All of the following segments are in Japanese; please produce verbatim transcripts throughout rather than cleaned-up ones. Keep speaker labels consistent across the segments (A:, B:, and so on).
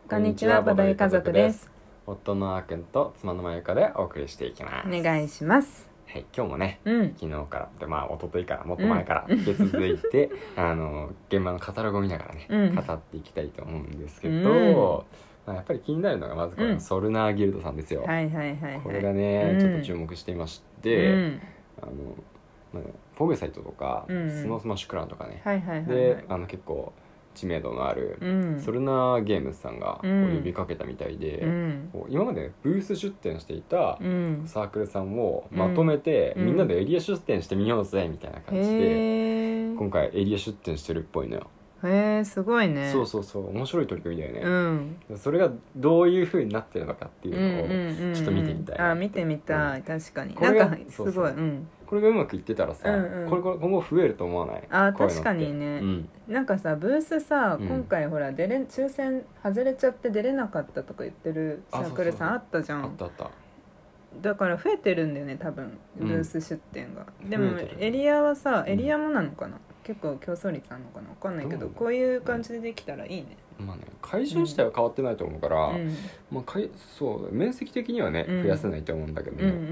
A: こんにちは、ボドゲ家族です。
B: 夫のあーくんと妻のまゆかでお送りしていきます。
A: お願いします。
B: はい、今日もね、
A: うん、
B: 昨日からで、まあ一昨日からもっと前から引き続いて、うん、あの現場のカタログを見ながらね、うん、語っていきたいと思うんですけど、うんまあ、やっぱり気になるのがまずこのソルナーギルドさんですよ。
A: うん、はいはいはい、はい、
B: これがね、うん、ちょっと注目していまして、うん、あのまあ、フォグサイトとか、うん、スノースマッシュクラウンとかね、はいはいはいはい、であの結構知名度のある、うん、ソルナーゲームズさんがこう呼びかけたみたいで、うん、こう今まで、ね、ブース出展していたサークルさんをまとめて、うん、みんなでエリア出展してみようぜみたいな感じで、今回エリア出展してるっぽいのよ。
A: へえ、すごいね。
B: そうそうそう、面白い取り組みだよね、
A: うん、
B: それがどういう風になってるのかっていうのをちょっと見てみたいな、うんうんうん、
A: あ、見てみたい、うん、確かになんかすごい、そうそう、うん、
B: これがうまくいってたらさ、うんうん、これ今後増えると思わない？
A: あ、確かにね、うん、なんかさブースさ、うん、今回ほら出れ抽選外れちゃって出れなかったとか言ってるサークルさんあったじゃん。
B: あったあった。
A: だから増えてるんだよね多分ブース出店が、うん、でもエリアはさエリアもなのかな、うん、結構競争率あるのかな分かんないけど、こういう感じでできたらいいね。
B: まあね、会場自体は変わってないと思うから、うんまあ、かいそう面積的にはね、うん、増やせないと思うんだけどね。うんうんうんうん、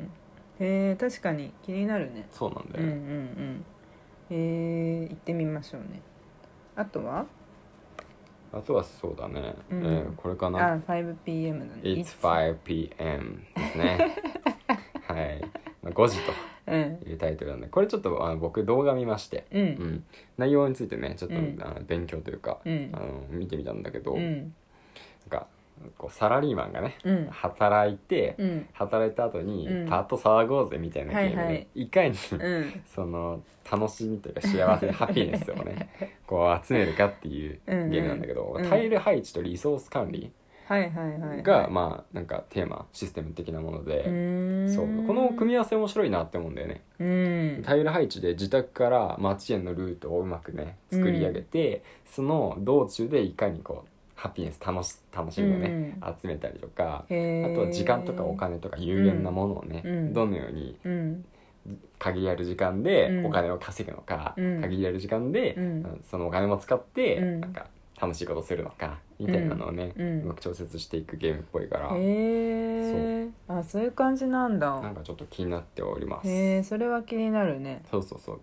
A: へえ、確かに気になるね。
B: そうなんだよね。うんうんうん、
A: へえ、行ってみましょうね。あとは
B: あとはそうだね、うんえー、これかな。
A: あ、ファイブピーエム だね。
B: It's ファイブピーエム ですねはい、ごじというタイトルなんで、これちょっとあの僕動画見まして、うんうん、内容についてねちょっと、うん、あの勉強というか、うん、あの見てみたんだけど、うん、なんかこうサラリーマンがね、うん、働いて、うん、働いた後にパート騒ごうぜみたいなゲームで、はいはい、いかに、うん、その楽しみというか幸せハピネスをねこう集めるかっていうゲームなんだけど、うんうん、タイル配置とリソース管理
A: はいはいはいはい、
B: がまあなんかテーマシステム的なもので、そうこの組み合わせ面白いなって思うんだよね。うんタイル配置で自宅から街へのルートをうまくね作り上げて、うん、その道中でいかにこうハピネス楽し楽しみをね、うん、集めたりとか、あとは時間とかお金とか有限なものをね、うん、どのように、うん、限りある時間でお金を稼ぐのか、うん、限りある時間で、うん、そのお金も使って、うん、なんか楽しいことするのかみたいなのをね、うん、うまく調節していくゲームっぽいから、
A: へえ、あ、そういう感じなんだ。
B: なんかちょっと気になっております。
A: へえ、それは気になるね。
B: そうそうそう、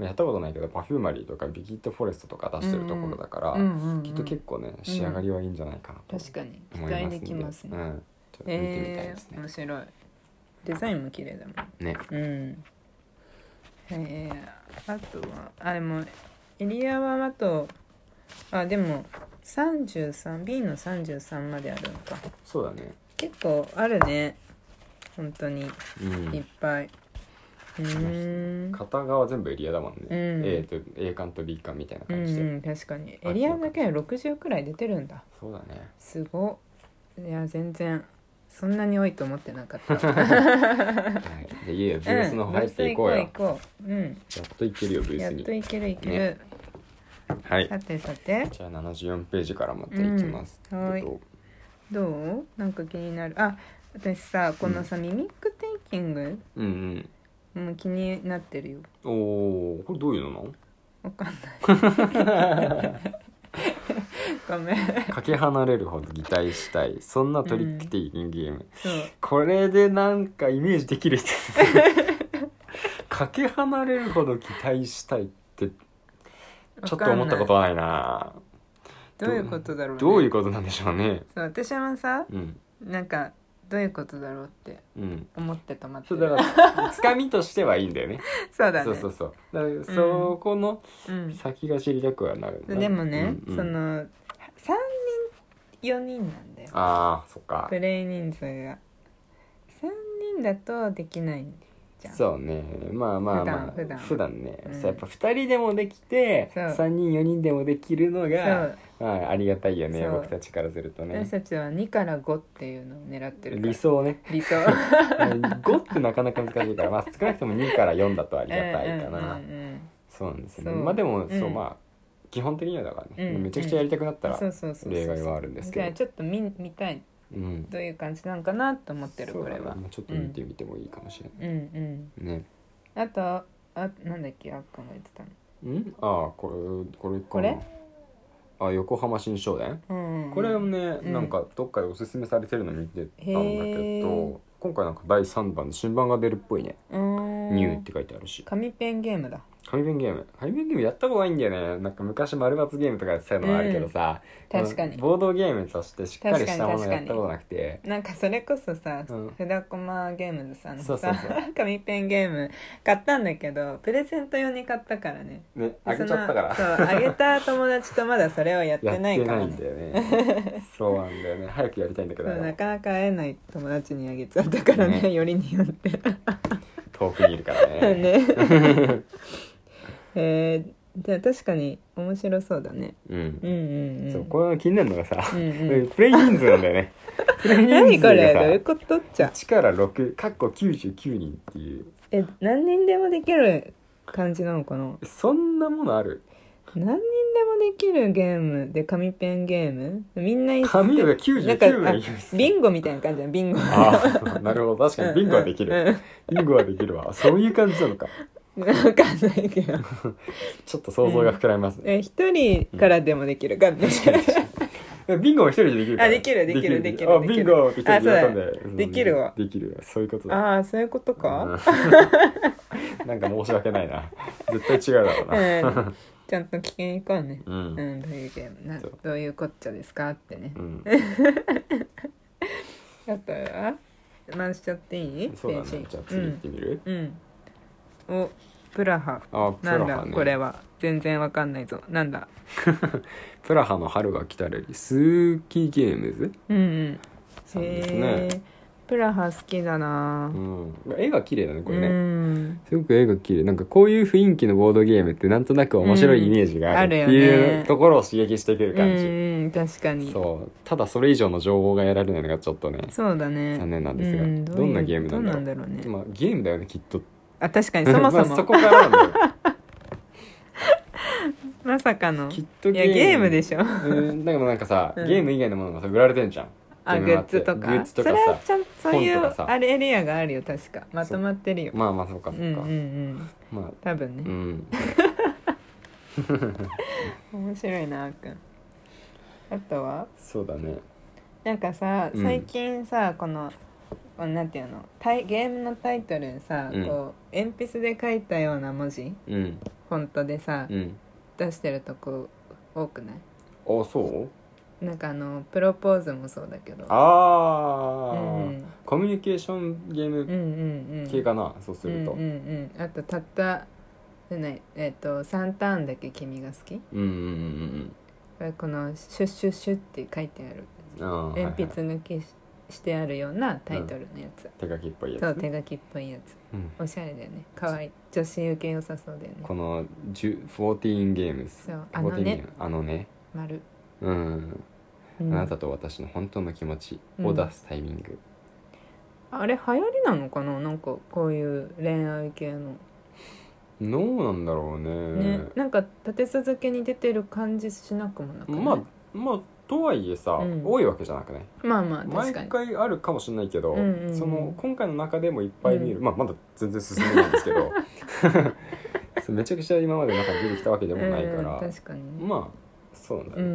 B: やったことないけどパフューマリーとかビキッドフォレストとか出してるところだから、うんうんうん、きっと結構ね仕上がりはいいんじゃないかなと思います、
A: 確かに期待できますね、うん、
B: ちょっと見てみたいですね。
A: 面白い。デザインも綺麗だもんね。うん。へえ、あとはあれもエリアはあとあでも さんじゅうさんビー のさんじゅうさんまであるのか。
B: そうだね。
A: 結構あるね本当に、うん、いっぱい。うーん
B: 片側全部エリアだもんね、うん、A と A 館と B 館みたいな感じで、
A: うんうん、確かにエリアだけでろくじゅうくらい出てるんだ。
B: そうだね。
A: すごっ。いや全然そんなに多いと思ってなかったはい、
B: でいいよブースの方入っていこうよ、うん、
A: 行こう行こう、うん、
B: やっといけるよブースに。
A: やっといけるいける、ね、はい。さてさて
B: じゃあななじゅうよんページからまたいきますけど、うん、はい、
A: どうなんか気になる。あ、私さこのさ、うん、ミミックテイキング、うんうんもう気になってるよ。
B: おー、これどういうのなの？
A: わかんないごめん。
B: かけ離れるほど擬態したいそんなトリックテイキングゲーム、うん、これでなんかイメージできる人かけ離れるほど擬態したいってちょっと思ったことはないな。
A: どういうことだろうね。
B: どういうことなんでしょうね。
A: そう私はさ、うん、なんかどういうことだろうって思って止まってる、
B: うん、そうだからつかみとしてはいいんだよね
A: そうだね。
B: そうそうそうだからそこの先が知りたくはなる、
A: うん、でもね、うんうん、そのさんにんよにんなんだよ。
B: ああそっか
A: プレイ人数がさんにんだとできないんじゃん。
B: そうねまあまあまあ
A: 普段
B: 普段ね、うん、そうやっぱふたりでもできてさんにんよにんでもできるのがまあ、ありがたいよね僕たちからするとね。
A: 私たちはにからごっていうのを狙ってるから
B: 理想ね
A: 理想
B: ごってなかなか難しいから、まあ、少なくともにからよんだとありがたいかな、うんうんうんうん、そうなんですよね。まあでも、うん、そうまあ基本的にはだからね、うん、めちゃくちゃやりたくなったら例外はあるんですけど、
A: じゃあちょっと 見, 見たい、うん、どういう感じなのかなと思ってる。これは
B: ちょっと見てみてもいいかもしれない、うんうんね、
A: あとあなんだっけあっ考えてたの
B: んああこれこれかな。
A: これ
B: あ横浜新商店、うんうん、ここれもね、
A: うん、
B: なんかどっかでおすすめされてるの見てたんだけど、今回なんかだいさんばんで新版が出るっぽいね。ニューって書いてあるし。
A: 紙ペンゲームだ。
B: 紙ペンゲーム紙ペンゲームやったことないんだよね。なんか昔丸抜ゲームとかやってたのはあるけどさ、
A: うん、確かに
B: ボードゲームとしてしっかりしたものやったことなくて、
A: なんかそれこそさ、
B: うん、
A: 札駒ゲームズさんのさ、
B: そうそうそう
A: 紙ペンゲーム買ったんだけどプレゼント用に買ったからね。
B: ね、あげちゃったから。
A: そう、あげた友達とまだそれをやってないからね。
B: やってないんだよね。そうなんだよね。早くやりたいんだけど、
A: なかなか会えない友達にあげちゃったからね、ね、よりによって
B: 遠くにいるからね。
A: ねえー、じゃあ確かに面白そうだね。
B: うん、うん
A: うんうん。
B: そう、これ気になるのがさ、
A: うんうん、
B: プレイ人数なんだよね。プレイ人数がさ、
A: 何これどういうことっちゃ。
B: いちからろくかっこきゅうじゅうきゅうにんっていう。
A: え、何人でもできる感じなのかな。
B: そんなものある？
A: 何人でもできるゲームで紙ペンゲームみんな一
B: 紙がきゅうじゅうきゅう名
A: ビンゴみたいな感じだ。ビンゴ。
B: ああ、なるほど。確かにビンゴはできる、うんうん、ビンゴはできるわ。そういう感じなのか。
A: 分かんないけど
B: ちょっと想像が膨らみますね。
A: え、一人からでもできるかんない、
B: うん、ビンゴは一人でできるから。
A: あ、できるできるできる。
B: あ、ビンゴって一人でやったんで、
A: うん、できるわ。
B: できるわ。そういうことだ。
A: ああ、そういうことか、
B: うん、なんか申し訳ないな。絶対違うだろうな、
A: うん、ちゃんと聞きに行こうね、
B: うん
A: うん、どういうゲームな、どういうこっちゃですかってね、うん、あとは回しちゃっていい？
B: そうだね。じゃあ次行ってみる？
A: うん、うん、お、プラハ。
B: あ、プラハね。
A: なんだこれは全然わかんないぞ。なんだ
B: プラハの春が来たるスーキゲームズ、
A: うんうん、
B: さんですね。
A: プラハ好きだな、
B: うん、絵が綺麗だねこれね、
A: うん、
B: すごく絵が綺麗。なんかこういう雰囲気のボードゲームってなんとなく面白いイメージがあるっていうところを刺激してくる感じ、
A: うん、確かに。
B: そうただそれ以上の情報が得られないのがちょっとね、
A: そうだね、
B: 残念なんですが、うん、ど,
A: ど
B: んなゲームなんだろう。
A: どうなんだろうね、
B: まあ、ゲームだよねきっと。
A: あ、確かにそもそも、
B: まあ、そこからなんだよ
A: まさかの
B: きっと
A: ゲーム。いやゲームでしょ、
B: うん、だけどなんかさ、
A: うん、
B: ゲーム以外のものがさ売られてんじゃん。
A: あ、グッズとか。
B: グッズとかさ、
A: それはちゃんそういうあれエリアがあるよ。確かまとまってるよ。
B: まあまあそうかそうか、うんうんうん、
A: まあ多分ね、うん、面白いなあーくん。あとは
B: そうだね、
A: なんかさ最近さ、うん、このなんていうのゲームのタイトルにさ、うん、こう鉛筆で書いたような文字、うん、フォントでさ、うん、出してるとこ多くない？
B: あ、そう？
A: なんかあのプロポーズもそうだけど、
B: ああ、
A: うん、
B: コミュニケーションゲーム系かな、うんうんうん、そうすると、
A: うんうんうん、あとたったじゃない、えー、とさんターンだけ君が好き、
B: うんうんうんうん、
A: このシュッシュッシュッって書いてある、あ、鉛筆抜き し,、はいはい、してあるようなタイトルのやつ、
B: うん、手書きっぽいやつ。
A: そう手書きっぽいやつ、うん、おしゃれだよね。かわいい、女子受け良さそうだよね。この
B: じゅうよんゲームズ、
A: そうあのね
B: あのね
A: 丸、
B: うんうん、あなたと私の本当の気持ちを出すタイミング、
A: うん、あれ流行りなのかな。なんかこういう恋愛系の
B: どうなんだろう ね,
A: ね。なんか立て続けに出てる感じしなくもなく、ね、
B: まあまあとはいえさ、うん、多いわけじゃなくね。
A: まあまあ確かに
B: 毎回あるかもしれないけど、うんうんうん、その今回の中でもいっぱい見る、うん、まあまだ全然進んでないんですけどめちゃくちゃ今までの中に出てきたわけでもないから、
A: うん、確かに、ね、
B: まあそうなんだね、うん、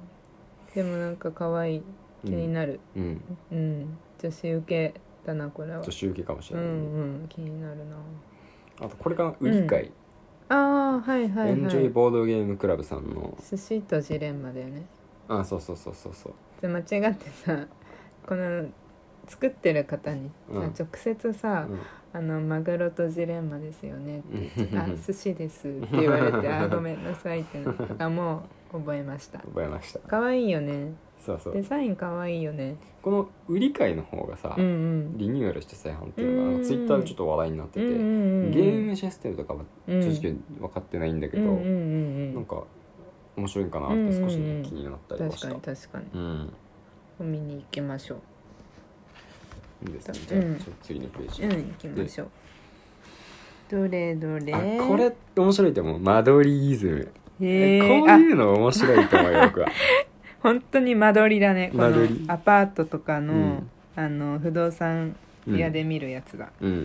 A: でもなんか可愛い、気になる、うんうん、女子受けだなこれは。
B: 女子受けかもしれない、ね、うん
A: うん、気になるな。
B: あとこれが売り会、
A: うん、ああはいはいはい、
B: エンジョイボードゲームクラブさんの
A: 寿司とジレンマだよね。
B: あ、そうそうそうそうそう。
A: で間違ってさ、この作ってる方にさ、うん、直接さ、うん、あのマグロとジレンマですよねって言ってあ、寿司ですって言われてあ、ごめんなさいってなったかも覚えました。
B: 覚えました。
A: 可愛いよね。
B: そうそう。
A: デザイン可愛いよね。
B: この売り買いの方がさ、うんうん、リニューアルして再販っていうのがツイッターでちょっと話題になってて、うんうんうん、ゲームシステムとかは正直分かってないんだけど、うんうんうん、なんか面白いかなって少し、ね、うんうんうん、気になったりはした。
A: 確かに確かに、
B: うん、
A: 見に行きましょ
B: う。いいですね。じゃあ、うん、ちょっと次のページ、
A: うん、行きましょう。どれどれ。
B: あ、これ面白いと思う。間取りイズム。へー、こういうの面白いと思うよ僕は。
A: 本当に間取りだね。このアパートとかの、うん、あの不動産屋で見るやつだ、
B: うん、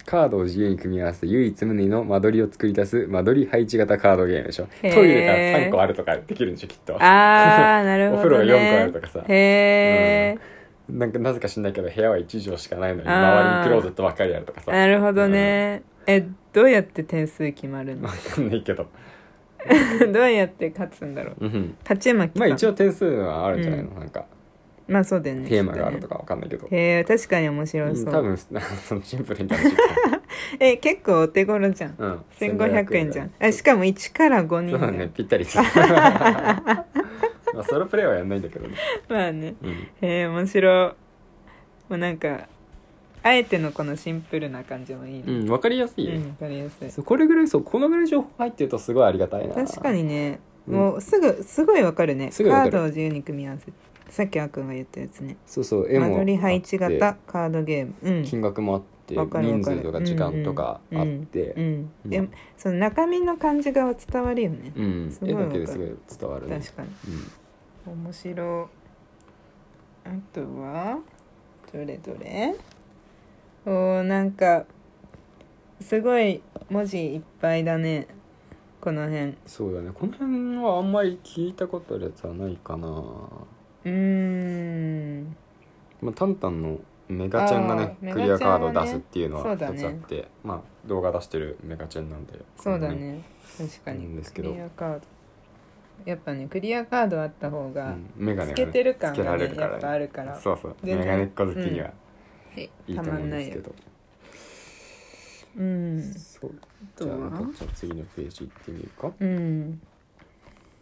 B: カードを自由に組み合わせて唯一無二の間取りを作り出す間取り配置型カードゲームでしょ。トイレがさんこあるとかできるんでしょきっと。
A: ああなるほどね。
B: お風呂がよんこあるとかさ。
A: へえ、
B: うん、なんかなぜか知んないけど部屋はいちじょうしかないのに周りにクローゼットばっかりあるとかさ。
A: なるほどね、うん、えどうやって点数決まるの？
B: わかんないけど
A: どうやって勝つんだろう、うん、勝ち負けか。
B: まあ一応点数はあるんじゃないの、うん、なんか
A: まあそうだよね、
B: テーマがあるとかわかんないけど、
A: へえ確かに面白そう、うん、
B: 多分そのシンプルに楽しい
A: え結構お手頃じゃん、うん、せんごひゃくえんじゃん。あしかもいちからごにん
B: そうね、ぴったりまあソロプレイはやんないんだけどね。
A: まあね、うん、へえ面白い。もうなんかあえてのこのシンプルな感じもいいね。
B: うん、分かりやすいよ、うん、
A: 分かりやすい。
B: そうこれぐらい、そうこのぐらい情報入ってるとすごいありがたいな。
A: 確かにね、もうすぐすごい分かるね。カードを自由に組み合わせて、さっきあーくんが言ったやつね。
B: そうそう、絵も
A: 間取り配置型カードゲーム、うん、
B: 金額もあって人数とか時間とかあって、
A: うんうんうんうん、でその中身の感じが伝わるよね、
B: うん、絵だけですごい伝わるね。
A: 確かに、うん、面白い。あとはどれどれ、おーなんかすごい文字いっぱいだねこの辺。
B: そうだね、この辺はあんまり聞いたことあるやつはないかな。う
A: ーん、
B: まあ、タンタンのメガチェンがねクリアカードを出すっていうのは一つあって、ね、まあ動画出してるメガチェンなんで、
A: そうだね、確かにクリアカードやっぱねクリアカードあった方がつけてる感がね、うん、やっぱあるから、
B: そうそうメガネっ子好きには、うん、いいと思うんですけど、
A: うん、
B: そうじゃあまたじゃあ次のページ行ってみるか。
A: うん